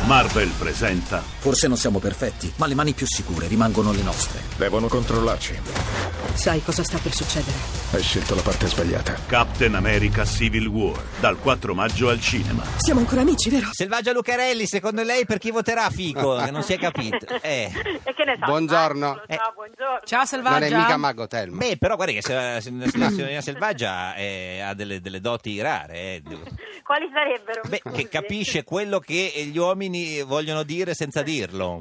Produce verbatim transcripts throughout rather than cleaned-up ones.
Marvel presenta. Forse non siamo perfetti, ma le mani più sicure rimangono le nostre. Devono controllarci. Sai cosa sta per succedere? Hai scelto la parte sbagliata. Captain America Civil War, dal quattro maggio al cinema. Siamo ancora amici, vero? Selvaggia Lucarelli, secondo lei per chi voterà Fico? Che non si è capito. Eh. E che ne so? Buongiorno. Eh. Ciao, buongiorno. Ciao Selvaggia. Non è mica Mago Telma. Beh, però guarda che se, se, se la signorina Selvaggia eh, ha delle, delle doti rare. Eh. Quali sarebbero? Beh, Scusi. che capisce quello che gli uomini vogliono dire senza dirlo.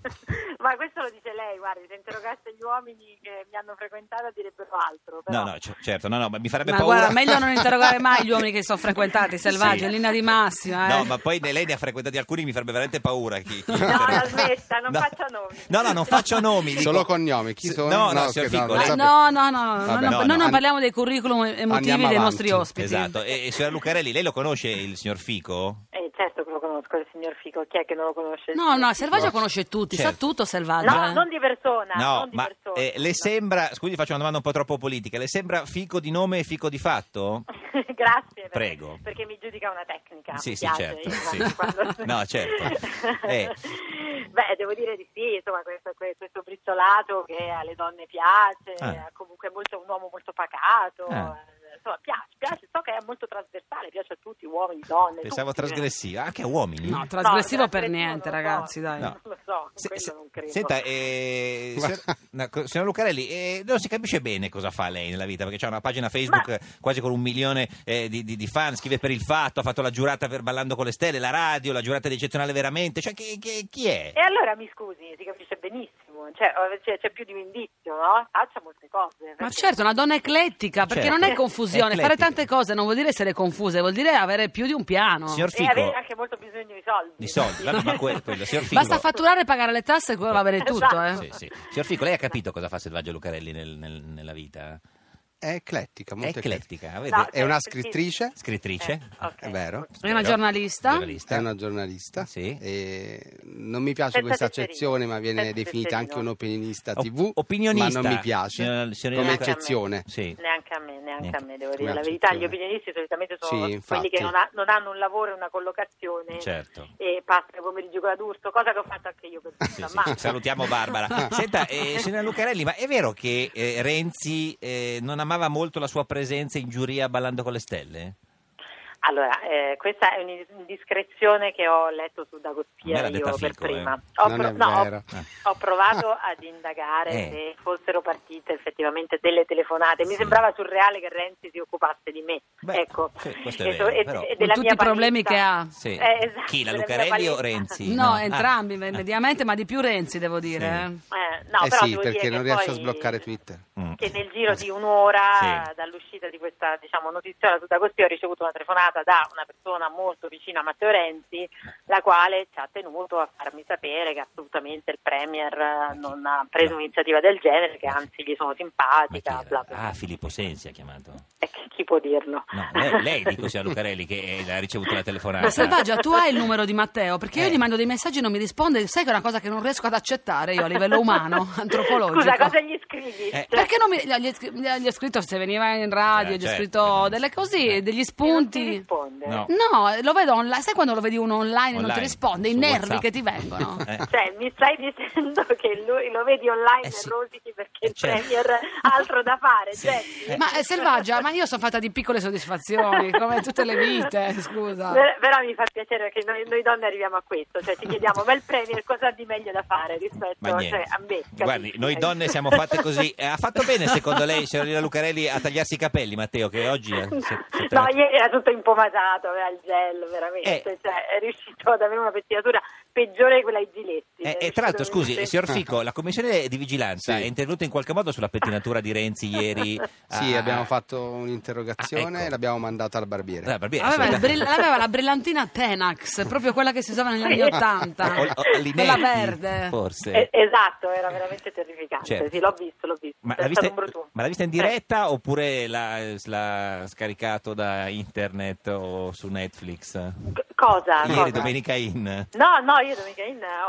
Ma questo lo dice lei, guardi, se interrogasse gli uomini che mi hanno frequentato direbbero altro. Però. No, no, c- certo, no, no, ma mi farebbe Ma paura. guarda, meglio non interrogare mai gli uomini che sono frequentati, Selvaggia, Sì. in linea di massima. Eh. No, ma poi lei ne ha frequentati alcuni, mi farebbe veramente paura. Chi, chi No, la smetta, non No. faccia nomi. No, no, non faccio nomi. dico- Solo cognomi, chi S- sono? No, no, No, signor che no, Fico, non lei- sapevo. No, no, no, no, Vabbè. no, No, noi no. non parliamo dei curriculum emotivi Andiamo dei avanti. nostri ospiti. Esatto. E, e signora Lucarelli, lei lo conosce il signor Fico? Eh, certo che lo conosco, il signor Fico. Chi è che non lo conosce? No, no, Selvaggia conosce tutti, sa Certo. tutto Selvaggia. No, eh. non di persona. No, non di ma persona. eh, le sembra, scusi, faccio una domanda un po' troppo politica, le sembra Fico di nome e Fico di fatto? Grazie. Per, Prego. Perché mi giudica una tecnica. Sì, mi sì, piace, certo, io sì. quando- No, certo. Eh. Beh, devo dire di sì, insomma, questo, questo brizzolato che alle donne piace, Ah. comunque è molto, un uomo molto pacato, Ah. eh, insomma, piace, piace, so che è molto trasversale, piace a tutti, uomini, donne. Pensavo tutti. trasgressiva, anche a uomini? No, trasgressivo No, per trasgressivo niente, non lo so. ragazzi, dai. No. Non lo so, Se- quello se- non credo. Senta, eh, signor, no, co- signor Lucarelli, eh, non si capisce bene cosa fa lei nella vita, perché c'ha una pagina Facebook Ma- eh, quasi con un milione eh, di, di- di fan, scrive per Il Fatto, ha fatto la giurata per Ballando con le Stelle, la radio, la giurata di Eccezionale Veramente, cioè che, che- chi è? E allora mi scusi, si capisce benissimo, cioè, c'è, c'è più di un indizio, no? Faccia molte cose. Ma perché- certo, una donna eclettica, perché Certo. non è confusione. Eclettica. Fare tante cose non vuol dire essere confuse, vuol dire avere più di un piano. Signor E Fico, avere anche molto bisogno di soldi. di soldi, vabbè, ma que- quello, signor Fico... Basta fatturare e pagare le tasse e quello va bene tutto, eh. Sì, sì. Signor Fico, lei ha capito cosa fa Selvaggia Lucarelli nel- nel- nella vita? È eclettica, È molto eclettica. eclettica, vede? No, È una sì. scrittrice, Scrittrice? Eh, ok. è vero, È una giornalista. Giornalista. è una giornalista. Sì. E non mi piace Senza questa tesserino. accezione, ma viene Senza definita anche tesserino. un'opinionista Op- tivù, opinionista. ma non mi piace, Signora- signorina come Luca- eccezione. Sì. Neanche a me, neanche Niente. a me, devo dire Come la verità. Gli accezione. opinionisti solitamente sono Sì, infatti. quelli che non, ha- non hanno un lavoro e una collocazione Certo. e passano i pomeriggi con la d'urso, cosa che ho fatto anche io per Sì, tutta, sì. ma Salutiamo Barbara. Senta, eh, signora Lucarelli, ma è vero che eh, Renzi eh, non amava molto la sua presenza in giuria Ballando con le Stelle? allora, eh, questa è un'indiscrezione che ho letto su Me l'ha Dagospia detta io per Fico, prima. eh. Ho, Non pro- è no, ho- vero. ho provato ad indagare Eh. se fossero partite effettivamente delle telefonate. Mi Sì. sembrava surreale che Renzi si occupasse di me. Beh, ecco. sì, questo è E so- vero, e- però. e Con della tutti mia i problemi paletta. che ha. Sì. Eh, esatto, Chi, la della mia Lucarelli o paletta. Renzi? No, Ah. entrambi, mediamente, ma di più Renzi, devo dire. Sì. eh. Eh, no, Eh però sì, devo perché dire non che riesce a poi- sbloccare Twitter. Mm. che nel giro di un'ora Sì. dall'uscita di questa, diciamo, notiziola su Dagospia ho ricevuto una telefonata da una persona molto vicina a Matteo Renzi, la quale ci ha tenuto a farmi sapere che assolutamente il Premier eh, non ha preso No. un'iniziativa del genere, che anzi gli sono Ma chi simpatica, era? bla bla. Ah, Filippo Sensi ha chiamato. E chi, chi può dirlo? No, lei, lei dico signora Lucarelli che eh, ha ricevuto la telefonata. Ma Selvaggia, tu hai il numero di Matteo? Perché io Eh. gli mando dei messaggi e non mi risponde. Sai che è una cosa che non riesco ad accettare io a livello umano, antropologico. Scusa, cosa gli scrivi? Eh. Cioè, Perché non mi, gli, ho scr- gli ho scritto se veniva in radio, Eh, gli ho certo. scritto delle così, Eh. degli non ti spunti. risponde? No. No, lo vedo online. Sai quando lo vedi uno online, e non Online, ti risponde? I su nervi WhatsApp. che ti vengono. Eh. Cioè, mi stai dicendo che lui lo vedi online Eh e sì. rosichi perché Eh, il certo. Premier ha altro da fare, Sì. Geppi? Ma eh, Selvaggia, ma io sono fatta di piccole soddisfazioni, come tutte le vite, scusa. Per- Però mi fa piacere che noi, noi donne arriviamo a questo, cioè ci chiediamo, ma il Premier cosa ha di meglio da fare rispetto Ma niente. cioè, a me? capisci? Guardi, noi donne siamo fatte così. Eh, ha fatto bene, secondo lei, signorina Lucarelli, a tagliarsi i capelli, Matteo, che oggi... eh, si è- si è No, tagliato- ieri era tutto impomatato, aveva il gel, veramente, Eh. cioè, è riuscito ad avere una pettinatura peggiore di quella ai Giletti. Eh, è e tra l'altro, riuscito scusi, veramente- signor Fico, la commissione di vigilanza Sì. è intervenuta in qualche modo sulla pettinatura di Renzi ieri? Sì, Ah, abbiamo fatto un'interrogazione Ah, ecco. e l'abbiamo mandata al barbiere. Ah, barbiere, Aveva, il assolutamente. brill- aveva la brillantina Tenax, proprio quella che si usava negli anni Ottanta. O- o- Linetti, Quella verde. forse. Eh, esatto, era veramente terrificante, Certo. sì, l'ho visto, l'ho visto. Ma è l'ha, vista, stato un brutto. ma l'ha vista in diretta oppure l'ha, l'ha scaricato da internet o su Netflix? C- Cosa? Ieri, Cosa? domenica in. No, no, io domenica in ho, cioè,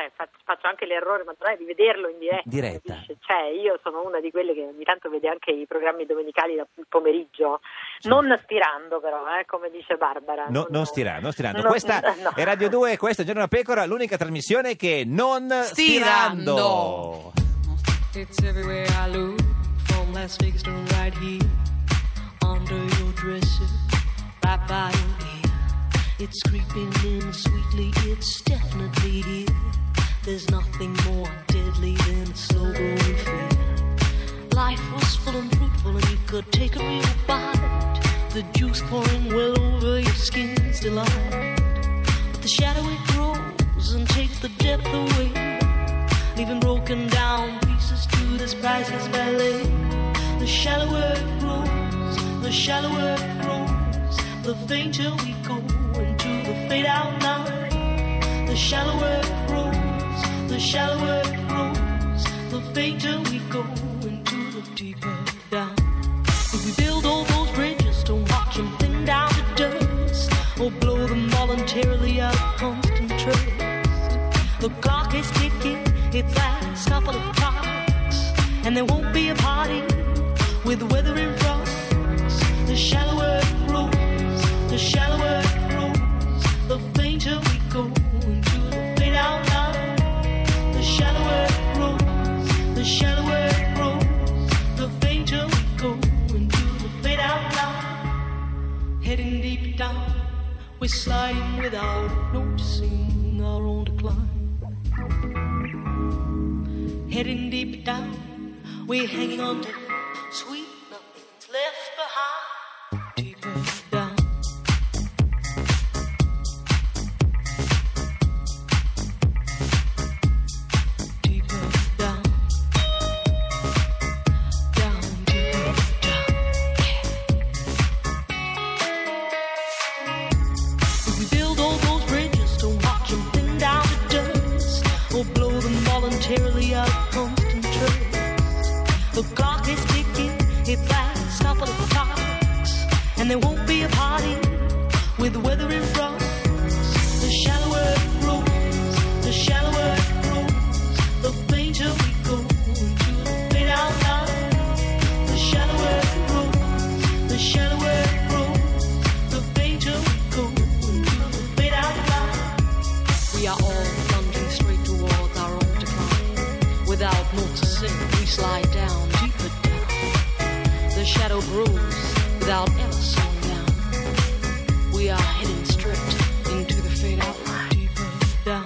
cioè, faccio, faccio anche l'errore, ma non è di vederlo in diretta. Diretta. Capisci? Cioè, io sono una di quelle che ogni tanto vede anche i programmi domenicali dal pomeriggio, sì. non stirando però, eh, come dice Barbara. No, non, non stirando, non stirando. No, Questa no. è Radio due, questa è Giorno da Pecora, l'unica trasmissione che non Stirando. stirando. It's everywhere I look, from Las Vegas to right here, under your dresser, right by your ear. It's creeping in sweetly, it's definitely here. There's nothing more deadly than a slow-growing fear. Life was full and fruitful and you could take a real bite. The juice pouring well over your skin's delight. But the shadow it grows and takes the depth away, leaving broken down pieces to this priceless ballet. The shallower it grows, the shallower it grows, the fainter we go into the fade out line. The shallower it grows, the shallower it grows, the fainter we go into the deeper down. If we build all those bridges, don't watch them thin down to dust, or blow them voluntarily out of constant trust. The clock is ticking, it's last couple of clocks, and there won't be a party with the weather in front. The shallower it grows, the shallower it grows, the fainter we go into the fade out line. The shallower it grows, the shallower it grows, the fainter we go into the fade out line. Heading deep down, we're sliding without noticing our own decline. Heading deep down, we're hanging on to sweet nothing's left behind. Deeper down. Deeper down. Down, deeper down. If we build all those bridges, don't watch them thin down to dust, or blow them voluntarily out of constant trust. The clock is ticking, it's last couple of clocks, and there won't be a party with the weather in front. The shallower it grows, the shallower it grows, the fainter we go into the fade out line. The shallower it grows, the shallower it grows, the fainter we go into the fade out line. We are all plunging straight towards our own decline. Without noticing, we slide down, deeper down. The shadow grows without ever slowing down. We are heading straight into the fade out line. Deeper down.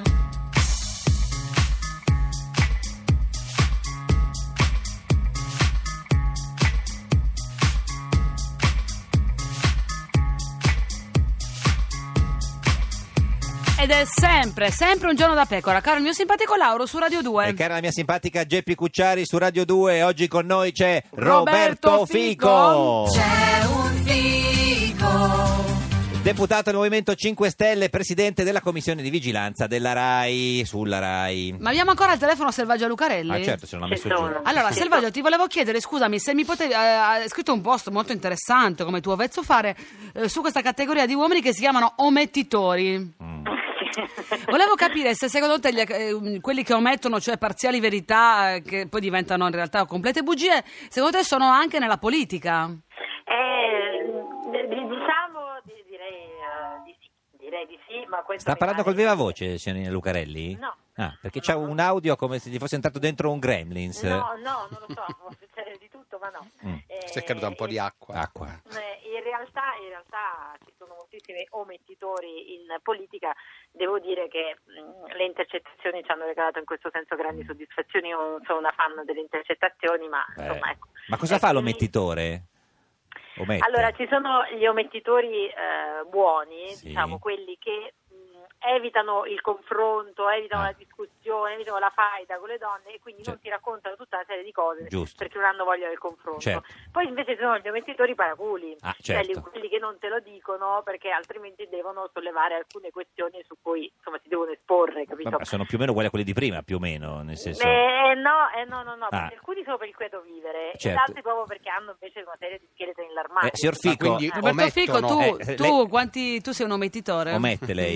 Ed è sempre, sempre un giorno da pecora, caro il mio simpatico Lauro su Radio due. E cara la mia simpatica Geppi Cucciari su Radio due. Oggi con noi c'è Roberto, Roberto Fico. Fico. C'è un fico. Deputato del Movimento cinque Stelle, presidente della commissione di vigilanza della RAI, sulla RAI. Ma abbiamo ancora il telefono Selvaggio Lucarelli? Ah certo, se non l'ha messo Ci giù. sono. Allora, Sì. Selvaggio, ti volevo chiedere, scusami, se mi potevi... Eh, hai scritto un post molto interessante, come tu avezzo fare, eh, su questa categoria di uomini che si chiamano omettitori. Mm. Volevo capire se secondo te gli, eh, quelli che omettono, cioè parziali verità, eh, che poi diventano in realtà complete bugie, secondo te sono anche nella politica? Eh, d- diciamo, di- direi eh, di sì, direi di sì, ma questo Sta mi parlando pare col viva che- voce, signorina Lucarelli? No. Ah, perché No, c'ha no. un audio come se gli fosse entrato dentro un Gremlins. No, no, non lo so, può succedere di tutto, ma no. Mm. Eh, Si è caduta un po' di acqua. Acqua. eh, In realtà, in realtà ci sono moltissimi omettitori in politica. Devo dire che mh, le intercettazioni ci hanno regalato in questo senso grandi soddisfazioni. Io non sono una fan delle intercettazioni, ma Eh, insomma, ecco. Ma cosa Eh, fa quindi- l'omettitore? Omette. Allora, ci sono gli omettitori eh, buoni, Sì. diciamo quelli che mh, evitano il confronto, evitano Ah. la discussione, evitano la faida con le donne e quindi non Certo. ti raccontano tutta una serie di cose Giusto. perché non hanno voglia del confronto. Certo. Poi invece ci sono gli omettitori paraculi, Ah, cioè certo. li- quelli che non te lo dicono perché altrimenti devono sollevare alcune questioni su cui insomma si devono esporre, capito? Vabbè, sono più o meno uguali a quelli di prima, più o meno, nel senso... Eh, no, eh, no, no, no, Ah. perché alcuni sono per il quieto vivere Certo. e altri proprio perché hanno invece una serie di scheletri nell'armadio. Eh, signor Ma Fico, quindi Roberto Fico, omettono. tu, Eh, tu, lei- quanti, tu sei un omettitore? omette lei? No, non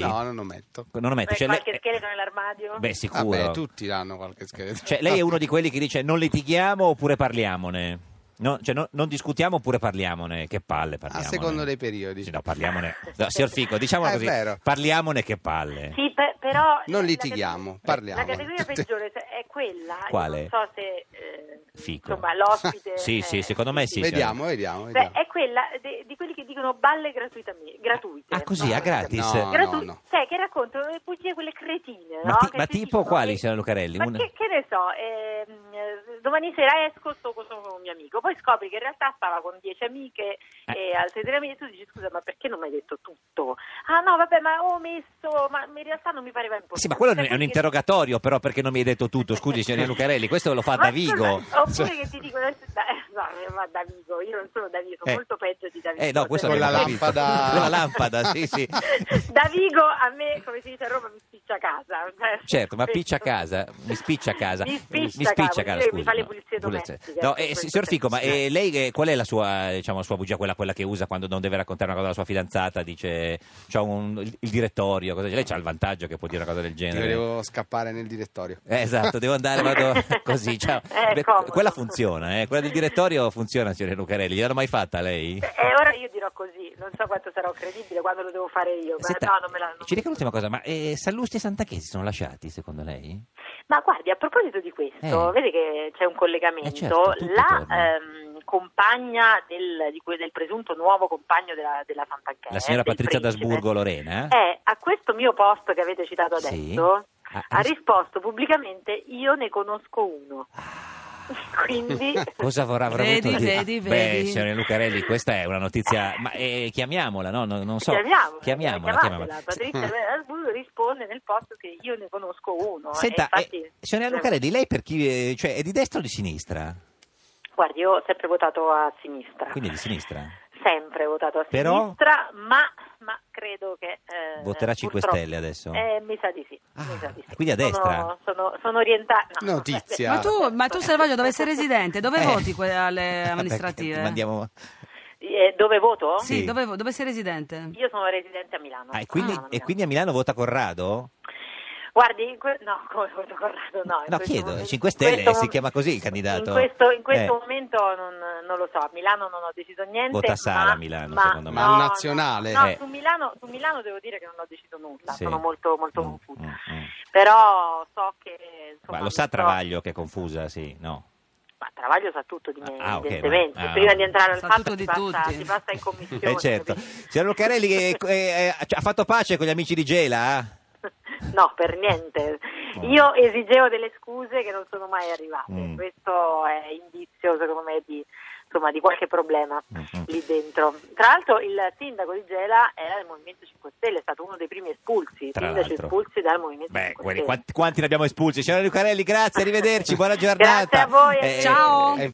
metto. Non lo metto. Beh, Cioè, qualche lei- scheletro nell'armadio? Beh, sicuro. Vabbè, tutti hanno qualche scheletro. Cioè, lei è uno di quelli che dice non litighiamo oppure parliamone? No, cioè, no- non discutiamo oppure parliamone? Che palle A parliamone. secondo dei periodi. Sì, no, parliamone. No, signor Fico, diciamolo È così. vero. Parliamone che palle. Sì, pe- però... Non la litighiamo, categoria- parliamo. La categoria peggiore è quella, io Quale? non so se... eh, Fico. Insomma, l'ospite... Sì, eh, sì, secondo me sì. Vediamo, vediamo, Beh, vediamo. è quella de- di quelli che dicono balle gratuitamente, gratuite. Ah, così, no? a gratis? No, Gratu- no. Sai, che raccontano le bugie quelle cretine, Ma, no? ti- Che ma ti tipo dicono quali, che- signora Lucarelli? Ma Una- che, che ne so, ehm, eh, domani sera esco, sto con con un mio amico, poi scopri che in realtà stava con dieci amiche e altre tre amiche, e tu dici scusa, ma perché non mi hai detto tutto? Ah no, vabbè, ma ho messo, ma in realtà non mi pareva importante. Sì, ma quello è un Quindi- interrogatorio, però, perché non mi hai detto tutto? Scusi, signora Lucarelli, questo lo fa Ma Davigo. scusa, oppure che ti dicono eh, no, ma Davigo, io non sono Davigo, sono Eh. molto peggio di Davigo. Eh no, questo Con abbiamo la capito. lampada. Con la lampada, sì, sì. Davigo a me, come si dice a Roma, mi spiccia a casa. Eh, Certo, ma questo. piccia a casa, mi spiccia a casa. Mi spiccia mi a spiccia a casa, casa, vuol dire che scusi. mi fa le no. pulizie Pulizia. domestiche, No, ecco, eh, in questo signor Fico, ma senso. eh, lei eh, qual è la sua, diciamo, la sua bugia, quella, quella che usa quando non deve raccontare una cosa alla sua fidanzata? Dice, c'ho un, il, il direttorio, cosa dice? Lei c'ha il vantaggio che può dire una cosa del Io genere. devo scappare nel direttorio. Eh, esatto, devo andare, vado così, ciao. Eh, Beh, comodo. quella funziona, eh? Quella del direttorio funziona, signor Lucarelli. Gliel'hanno mai fatta lei? E ora io dirò così, non so quanto sarò credibile quando lo devo fare io, ma Senta, no, non me la... non- ci dica l'ultima cosa, ma eh, Sallusti e Santanchè si sono lasciati, secondo lei? Ma guardi, a proposito di questo, Eh. vede che c'è un collegamento, Eh, certo, tutto la torna. ehm, compagna del, di que- del presunto nuovo compagno della, della Santanchè, La signora del Patrizia principe, d'Asburgo Lorena? eh, a questo mio post che avete citato Sì. adesso, Ah, ha ah, risposto pubblicamente io ne conosco uno. Quindi... Cosa vorrà avrà Vedi, voluto dire? vedi, Beh, vedi. signore Lucarelli, questa è una notizia, ma eh, chiamiamola, no? Non, non so. Chiamiamola, chiamiamola, chiamatela. chiamiamola. Patrizia D'Asburgo risponde nel post che io ne conosco uno. Senta, e infatti, eh, signora Lucarelli, lei per chi, eh, cioè, è di destra o di sinistra? guardi, io ho sempre votato a sinistra. Quindi è di sinistra. Sempre votato a Però- sinistra, ma, ma credo che... eh, Voterà cinque purtroppo- Stelle adesso? Eh, mi sa di sì. Ah, mi sa di sì. quindi a destra? Sono, sono, sono orientata... no, Notizia. beh, Ma tu, ma tu Selvaggio, dove sei residente? Dove Eh. voti que- alle Vabbè, amministrative? mandiamo- eh, dove voto? Sì, Sì. Dove, dove sei residente? Io sono residente a Milano. Ah, e, quindi, Ah, a e Milano. quindi a Milano vota Corrado? Guardi, in que- no, come voto Corrado, no. in No, questo chiedo, momento- cinque in Stelle questo si mo- chiama così il candidato. In questo, in questo Eh. momento non, non lo so, a Milano non ho deciso niente. Vota Sala ma, a Milano, ma- secondo me. no, Ma al no, nazionale? No, Eh. su, Milano, su Milano devo dire che non ho deciso nulla, Sì. sono molto, molto Mm, confusa. mm, mm. Però so che... Insomma, Ma lo sa so- Travaglio che è confusa, sì, no? Ma Travaglio sa tutto di me, Ah, ok, evidentemente. ma- ah, Prima di entrare al sa fatto tutto si di passa, tutti. si passa in commissione. Eh certo. quindi- Signor Lucarelli eh, eh, ha fatto pace con gli amici di Gela? No, per niente. Io esigevo delle scuse che non sono mai arrivate. Mm. Questo è indizio, secondo me, di, insomma, di qualche problema Mm-hmm. lì dentro. Tra l'altro il sindaco di Gela era del Movimento cinque Stelle, è stato uno dei primi espulsi, Tra sindaci l'altro. espulsi dal Movimento Beh, cinque quelli- Stelle. quanti, quanti ne abbiamo espulsi? Signor Lucarelli, grazie, arrivederci, buona giornata. Grazie a voi. Eh, Ciao. eh,